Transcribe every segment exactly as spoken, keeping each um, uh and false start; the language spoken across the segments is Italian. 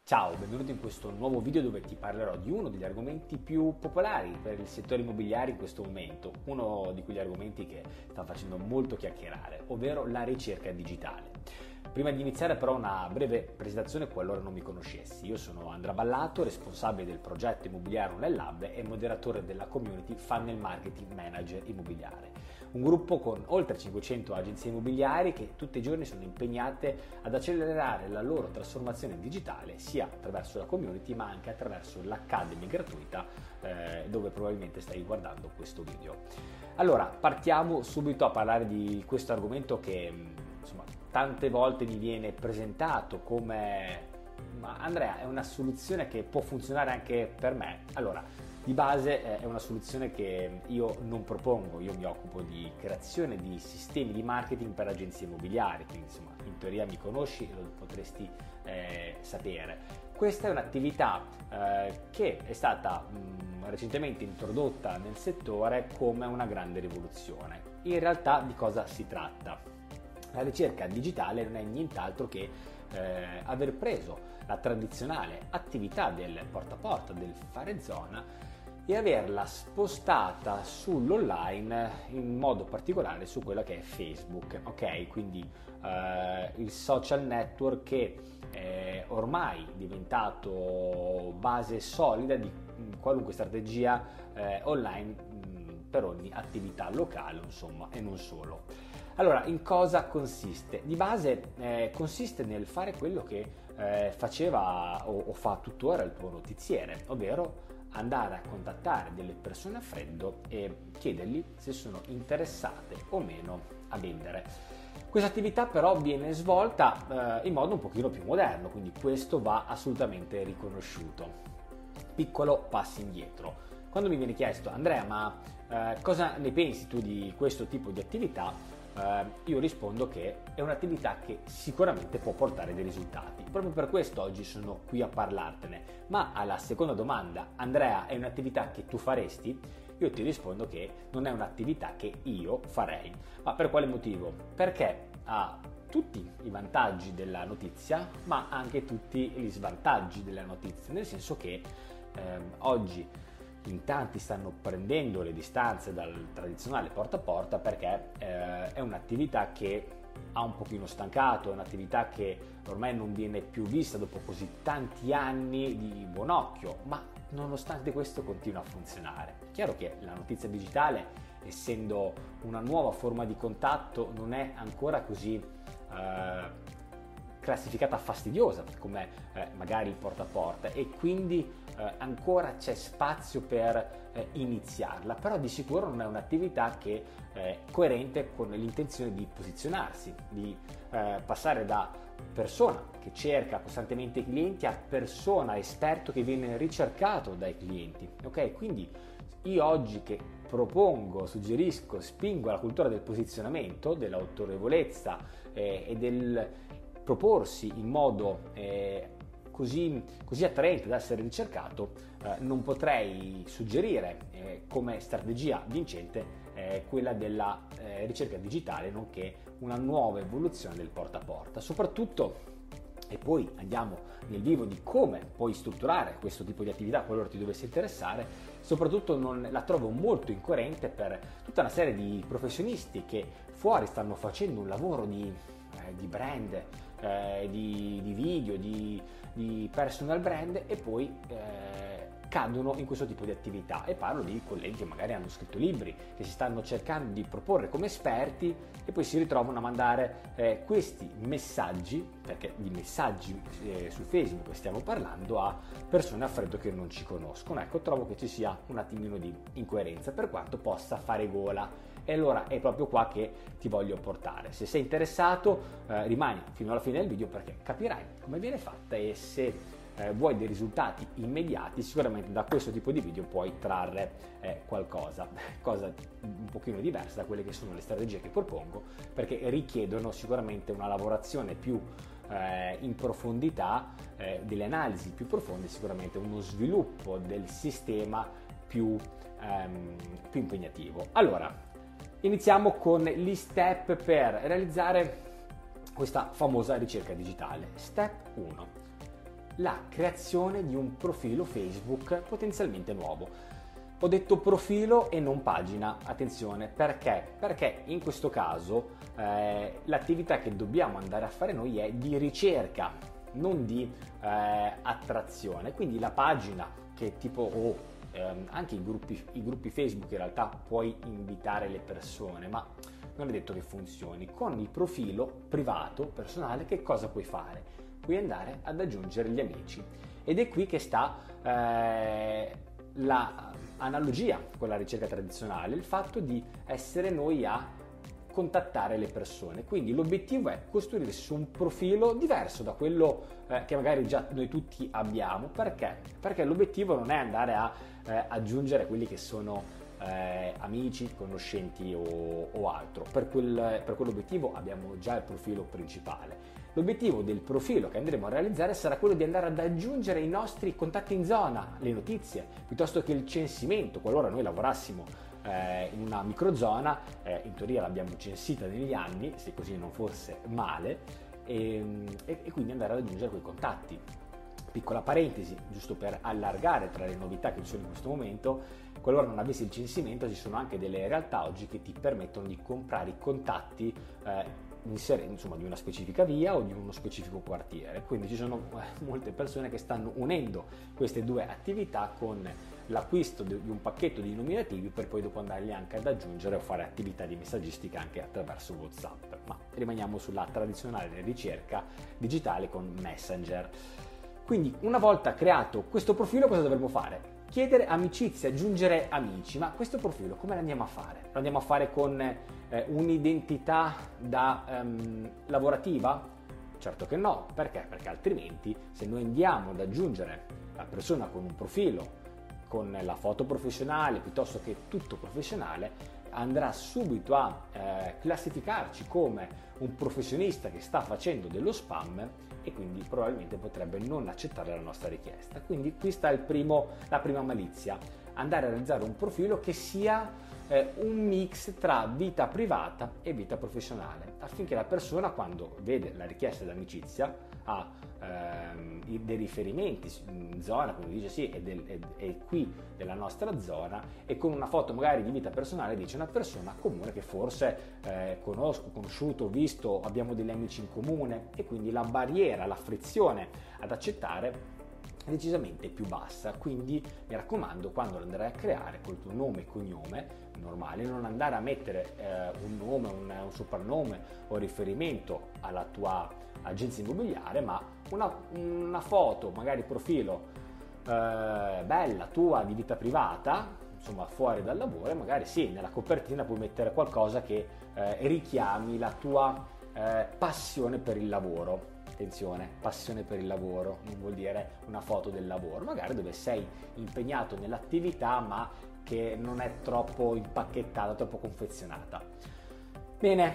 Ciao, benvenuto in questo nuovo video dove ti parlerò di uno degli argomenti più popolari per il settore immobiliare in questo momento, uno di quegli argomenti che sta facendo molto chiacchierare, ovvero la ricerca digitale. Prima di iniziare però una breve presentazione qualora non mi conoscessi. Io sono Andrea Ballato, responsabile del progetto immobiliare Online Lab e moderatore della community Funnel Marketing Manager Immobiliare, un gruppo con oltre cinquecento agenzie immobiliari che tutti i giorni sono impegnate ad accelerare la loro trasformazione digitale sia attraverso la community ma anche attraverso l'Academy gratuita eh, dove probabilmente stai guardando questo video. Allora, partiamo subito a parlare di questo argomento che insomma tante volte mi viene presentato come ma Andrea è una soluzione che può funzionare anche per me. Allora, di base è una soluzione che io non propongo, io mi occupo di creazione di sistemi di marketing per agenzie immobiliari, quindi insomma in teoria mi conosci e lo potresti eh, sapere. Questa è un'attività eh, che è stata mh, recentemente introdotta nel settore come una grande rivoluzione. In realtà di cosa si tratta? La ricerca digitale non è nient'altro che eh, aver preso la tradizionale attività del porta a porta, del fare zona, e averla spostata sull'online, in modo particolare su quella che è Facebook, ok? Quindi eh, il social network che è ormai diventato base solida di qualunque strategia eh, online mh, per ogni attività locale, insomma, e non solo. Allora, in cosa consiste? Di base eh, consiste nel fare quello che eh, faceva o, o fa tuttora il tuo notiziere, ovvero andare a contattare delle persone a freddo e chiedergli se sono interessate o meno a vendere. Questa attività però viene svolta eh, in modo un pochino più moderno, quindi questo va assolutamente riconosciuto. Piccolo passo indietro. Quando mi viene chiesto, Andrea, ma eh, cosa ne pensi tu di questo tipo di attività? Uh, io rispondo che è un'attività che sicuramente può portare dei risultati. Proprio per questo oggi sono qui a parlartene. Ma alla seconda domanda, Andrea, è un'attività che tu faresti? Io ti rispondo che non è un'attività che io farei. Ma per quale motivo? Perché ha tutti i vantaggi della notizia, ma anche tutti gli svantaggi della notizia, nel senso che ehm, oggi in tanti stanno prendendo le distanze dal tradizionale porta a porta perché eh, è un'attività che ha un pochino stancato, è un'attività che ormai non viene più vista dopo così tanti anni di buon occhio, ma nonostante questo continua a funzionare. È chiaro che la notizia digitale, essendo una nuova forma di contatto, non è ancora così eh, classificata fastidiosa come eh, magari il porta a porta e quindi eh, ancora c'è spazio per eh, iniziarla, però di sicuro non è un'attività che è coerente con l'intenzione di posizionarsi, di eh, passare da persona che cerca costantemente i clienti a persona esperto che viene ricercato dai clienti, ok? Quindi io oggi che propongo, suggerisco, spingo la cultura del posizionamento, dell'autorevolezza eh, e del proporsi in modo eh, così, così attraente da essere ricercato, eh, non potrei suggerire eh, come strategia vincente eh, quella della eh, ricerca digitale, nonché una nuova evoluzione del porta a porta. Soprattutto, e poi andiamo nel vivo di come puoi strutturare questo tipo di attività qualora ti dovesse interessare, soprattutto non la trovo molto incoerente per tutta una serie di professionisti che fuori stanno facendo un lavoro di, eh, di brand, eh, di, di video, di, di personal brand e poi eh, cadono in questo tipo di attività, e parlo di colleghi che magari hanno scritto libri, che si stanno cercando di proporre come esperti e poi si ritrovano a mandare eh, questi messaggi, perché di messaggi eh, su Facebook stiamo parlando, a persone a freddo che non ci conoscono. Ecco, trovo che ci sia un attimino di incoerenza per quanto possa fare gola. E allora è proprio qua che ti voglio portare. Se sei interessato eh, rimani fino alla fine del video perché capirai come viene fatta e se eh, vuoi dei risultati immediati sicuramente da questo tipo di video puoi trarre eh, qualcosa, cosa un pochino diversa da quelle che sono le strategie che propongo, perché richiedono sicuramente una lavorazione più eh, in profondità, eh, delle analisi più profonde, sicuramente uno sviluppo del sistema più, ehm, più impegnativo. Allora, iniziamo con gli step per realizzare questa famosa ricerca digitale. Step uno. la creazione di un profilo Facebook potenzialmente nuovo. Ho detto profilo e non pagina, attenzione, perché? Perché in questo caso eh, l'attività che dobbiamo andare a fare noi è di ricerca, non di eh, attrazione. Quindi la pagina che tipo o ehm, anche i gruppi, i gruppi Facebook in realtà puoi invitare le persone, ma non è detto che funzioni. Con il profilo privato, personale, che cosa puoi fare? Puoi andare ad aggiungere gli amici ed è qui che sta eh, la analogia con la ricerca tradizionale, il fatto di essere noi a contattare le persone. Quindi l'obiettivo è costruirsi un profilo diverso da quello eh, che magari già noi tutti abbiamo. Perché? Perché l'obiettivo non è andare a eh, aggiungere quelli che sono eh, amici, conoscenti o, o altro. Per, quel, per quell'obiettivo abbiamo già il profilo principale. L'obiettivo del profilo che andremo a realizzare sarà quello di andare ad aggiungere i nostri contatti in zona, le notizie, piuttosto che il censimento. Qualora noi lavorassimo eh, in una microzona, eh, in teoria l'abbiamo censita negli anni, se così non fosse male, e, e, e quindi andare ad aggiungere quei contatti. Piccola parentesi, giusto per allargare tra le novità che ci sono in questo momento: qualora non avessi il censimento, ci sono anche delle realtà oggi che ti permettono di comprare i contatti eh, insomma di una specifica via o di uno specifico quartiere. Quindi ci sono molte persone che stanno unendo queste due attività con l'acquisto di un pacchetto di nominativi per poi dopo andarli anche ad aggiungere o fare attività di messaggistica anche attraverso WhatsApp. Ma rimaniamo sulla tradizionale ricerca digitale con Messenger. Quindi una volta creato questo profilo, cosa dovremmo fare? Chiedere amicizia, aggiungere amici. Ma questo profilo come lo andiamo a fare? Lo andiamo a fare con eh, un'identità da um, lavorativa? Certo che no. Perché? Perché altrimenti, se noi andiamo ad aggiungere la persona con un profilo con la foto professionale piuttosto che tutto professionale, andrà subito a eh, classificarci come un professionista che sta facendo dello spam e quindi probabilmente potrebbe non accettare la nostra richiesta. Quindi qui sta il primo, la prima malizia: andare a realizzare un profilo che sia eh, un mix tra vita privata e vita professionale, affinché la persona, quando vede la richiesta d'amicizia, ha ehm, dei riferimenti in zona, quindi dice sì, è, del, è, è qui della nostra zona, e con una foto magari di vita personale dice una persona comune che forse eh, conosco, conosciuto, visto, abbiamo degli amici in comune, e quindi la barriera, la frizione ad accettare è decisamente più bassa. Quindi mi raccomando, quando lo andrai a creare col tuo nome e cognome normale, non andare a mettere eh, un nome, un, un soprannome o riferimento alla tua agenzia immobiliare, ma una, una foto, magari profilo eh, bella tua di vita privata, insomma fuori dal lavoro, e magari sì, nella copertina puoi mettere qualcosa che eh, richiami la tua eh, passione per il lavoro. Attenzione, passione per il lavoro non vuol dire una foto del lavoro, magari dove sei impegnato nell'attività ma che non è troppo impacchettata, troppo confezionata. Bene,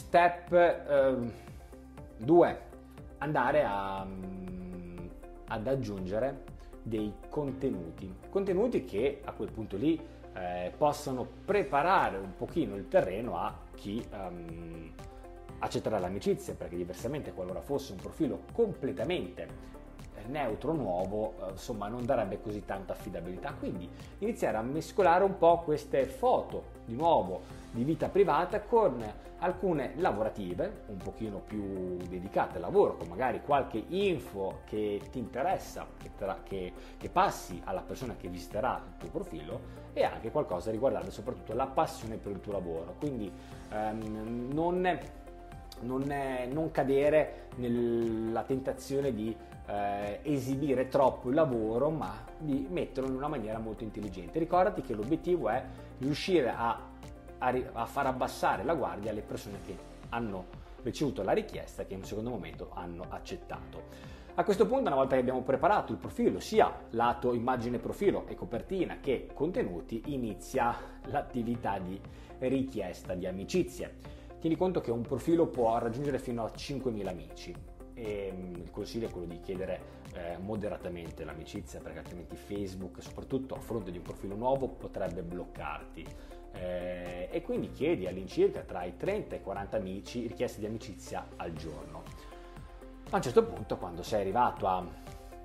step due, eh, andare a, um, ad aggiungere dei contenuti, contenuti che a quel punto lì eh, possano preparare un pochino il terreno a chi um, accetterà l'amicizia, perché diversamente, qualora fosse un profilo completamente neutro, nuovo, eh, insomma non darebbe così tanta affidabilità. Quindi iniziare a mescolare un po' queste foto di nuovo di vita privata con alcune lavorative un pochino più dedicate al lavoro, con magari qualche info che ti interessa, che, tra, che, che passi alla persona che visiterà il tuo profilo, e anche qualcosa riguardante soprattutto la passione per il tuo lavoro. Quindi ehm, non Non, è, non cadere nella tentazione di eh, esibire troppo il lavoro, ma di metterlo in una maniera molto intelligente. Ricordati che l'obiettivo è riuscire a, a, a far abbassare la guardia alle persone che hanno ricevuto la richiesta, che in un secondo momento hanno accettato. A questo punto, una volta che abbiamo preparato il profilo, sia lato immagine profilo e copertina che contenuti, inizia l'attività di richiesta di amicizie. Tieni conto che un profilo può raggiungere fino a cinquemila amici, e il consiglio è quello di chiedere eh, moderatamente l'amicizia, perché altrimenti Facebook, soprattutto a fronte di un profilo nuovo, potrebbe bloccarti. Eh, e quindi chiedi all'incirca tra i trenta e i quaranta amici richieste di amicizia al giorno. A un certo punto, quando sei arrivato a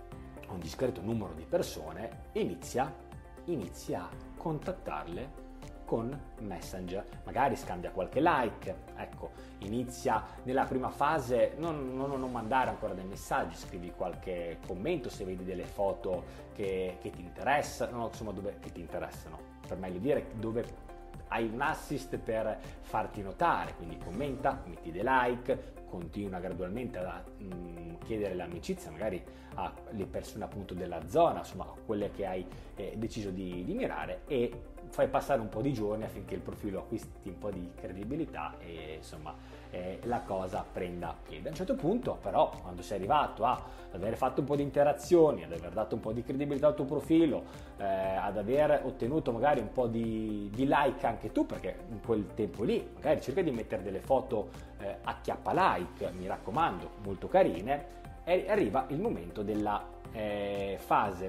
un discreto numero di persone, inizia, inizia a contattarle con Messenger, magari scambia qualche like, ecco, inizia nella prima fase non, non, non mandare ancora dei messaggi, scrivi qualche commento se vedi delle foto che, che ti interessano, no, insomma dove che ti interessano, per meglio dire dove hai un assist per farti notare, quindi commenta, metti dei like, continua gradualmente a mh, chiedere l'amicizia magari alle persone appunto della zona, insomma quelle che hai eh, deciso di, di mirare, e fai passare un po' di giorni affinché il profilo acquisti un po' di credibilità e insomma eh, la cosa prenda piede. A un certo punto però, quando sei arrivato a, ad aver fatto un po' di interazioni, ad aver dato un po' di credibilità al tuo profilo, eh, ad aver ottenuto magari un po' di, di like anche tu, perché in quel tempo lì magari cerca di mettere delle foto eh, a chiappa like, mi raccomando, molto carine, e arriva il momento della eh, fase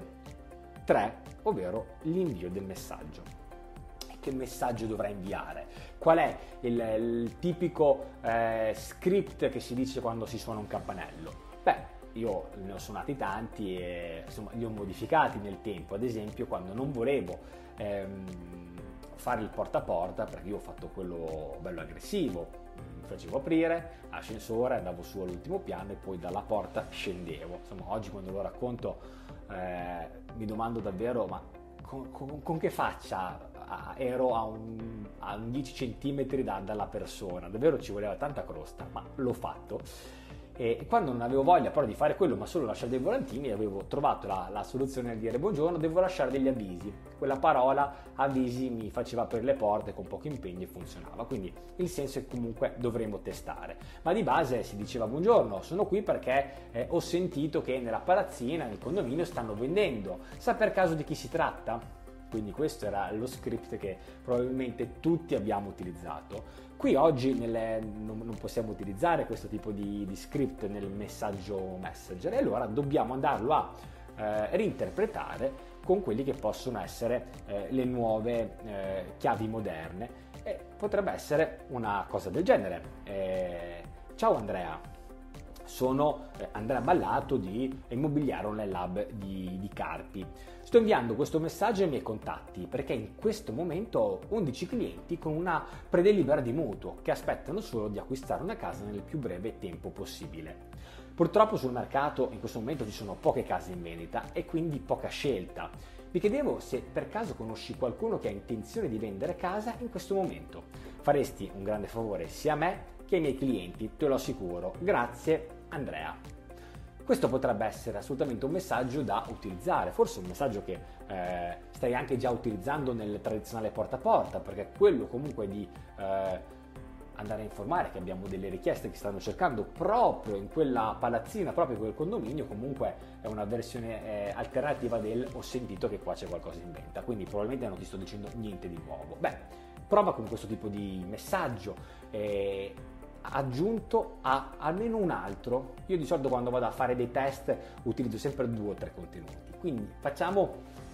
tre, ovvero l'invio del messaggio. Che messaggio dovrai inviare? Qual è il, il tipico eh, script che si dice quando si suona un campanello? Beh, io ne ho suonati tanti e insomma li ho modificati nel tempo. Ad esempio, quando non volevo ehm, fare il porta a porta, perché io ho fatto quello bello aggressivo, mi facevo aprire l'ascensore, andavo su all'ultimo piano e poi dalla porta scendevo. Insomma, oggi quando lo racconto eh, mi domando davvero, ma con, con, con che faccia ero a un, a un dieci centimetri da, dalla persona, davvero ci voleva tanta crosta, ma l'ho fatto. E quando non avevo voglia però di fare quello, ma solo lasciare dei volantini, avevo trovato la, la soluzione nel dire buongiorno, devo lasciare degli avvisi. Quella parola avvisi mi faceva aprire le porte con poco impegno e funzionava, quindi il senso è che comunque dovremmo testare. Ma di base si diceva buongiorno, sono qui perché eh, ho sentito che nella palazzina, nel condominio stanno vendendo, sa per caso di chi si tratta? Quindi questo era lo script che probabilmente tutti abbiamo utilizzato. Qui oggi nelle, non, non possiamo utilizzare questo tipo di, di script nel messaggio Messenger, e allora dobbiamo andarlo a eh, reinterpretare con quelli che possono essere eh, le nuove eh, chiavi moderne, e potrebbe essere una cosa del genere. Eh, ciao Andrea, sono Andrea Ballato di Immobiliare Online Lab di, di Carpi. Sto inviando questo messaggio ai miei contatti perché in questo momento ho undici clienti con una predelibera di mutuo che aspettano solo di acquistare una casa nel più breve tempo possibile. Purtroppo sul mercato in questo momento ci sono poche case in vendita e quindi poca scelta. Mi chiedevo se per caso conosci qualcuno che ha intenzione di vendere casa in questo momento. Faresti un grande favore sia a me che ai miei clienti, te lo assicuro. Grazie Andrea. Questo potrebbe essere assolutamente un messaggio da utilizzare, forse un messaggio che eh, stai anche già utilizzando nel tradizionale porta a porta, perché quello comunque di eh, andare a informare che abbiamo delle richieste che stanno cercando proprio in quella palazzina, proprio in quel condominio, comunque è una versione eh, alternativa del ho sentito che qua c'è qualcosa in venta, quindi probabilmente non ti sto dicendo niente di nuovo. Beh, prova con questo tipo di messaggio. Eh, aggiunto a almeno un altro. Io di solito quando vado a fare dei test utilizzo sempre due o tre contenuti, quindi facciamo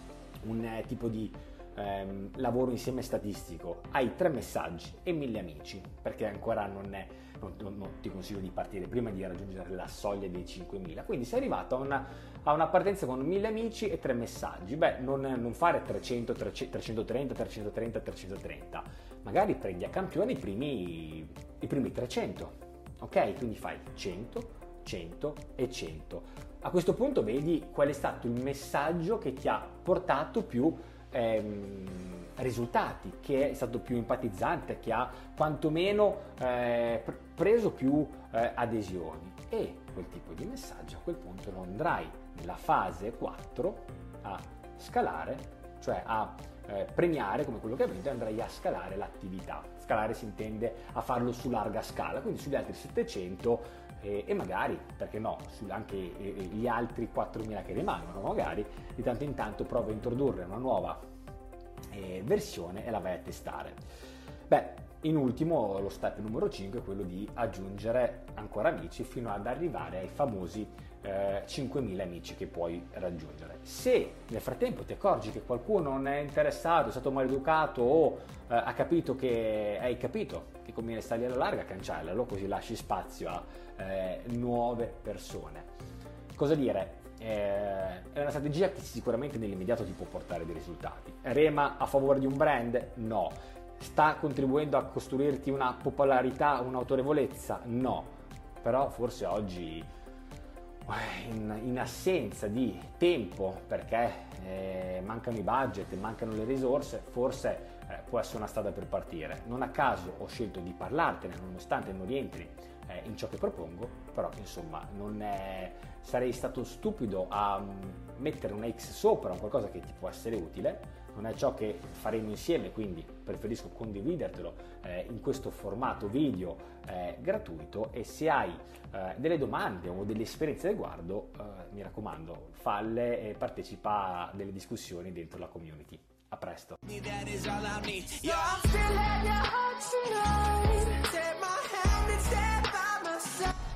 un eh, tipo di ehm, lavoro insieme statistico. Hai tre messaggi e mille amici, perché ancora non è non, non, non ti consiglio di partire prima di raggiungere la soglia dei cinquemila, quindi sei arrivato a una, a una partenza con mille amici e tre messaggi. Beh, non, non fare trecento, trecentotrenta, trecentotrenta, trecentotrenta, magari prendi a campione i primi, i primi trecento, ok? Quindi fai cento, cento e cento. A questo punto vedi qual è stato il messaggio che ti ha portato più ehm, risultati, che è stato più empatizzante, che ha quantomeno eh, preso più eh, adesioni, e quel tipo di messaggio a quel punto lo andrai nella fase quattro a scalare, cioè a eh, premiare come quello che hai vinto, e andrai a scalare l'attività. Scalare si intende a farlo su larga scala, quindi sugli altri settecento eh, e magari, perché no, su anche eh, gli altri quattromila che rimangono, magari di tanto in tanto prova a introdurre una nuova eh, versione e la vai a testare. Beh, in ultimo lo step numero cinque è quello di aggiungere ancora amici fino ad arrivare ai famosi eh, cinquemila amici che puoi raggiungere. Se nel frattempo ti accorgi che qualcuno non è interessato, è stato maleducato o eh, ha capito che hai capito che conviene stargli alla larga, cancellalo, così lasci spazio a eh, nuove persone. Cosa dire? Eh, è una strategia che sicuramente nell'immediato ti può portare dei risultati. Rema a favore di un brand? No. Sta contribuendo a costruirti una popolarità, un'autorevolezza? No. Però forse oggi, in, in assenza di tempo, perché eh, mancano i budget, mancano le risorse, forse eh, può essere una strada per partire. Non a caso ho scelto di parlartene, nonostante non rientri eh, in ciò che propongo, però insomma non è, sarei stato stupido a um, mettere una X sopra un qualcosa che ti può essere utile. Non è ciò che faremo insieme, quindi preferisco condividertelo eh, in questo formato video eh, gratuito, e se hai eh, delle domande o delle esperienze al riguardo, eh, mi raccomando, falle e partecipa a delle discussioni dentro la community. A presto! So I'm still at your heart tonight. Take my hand and stand by my side.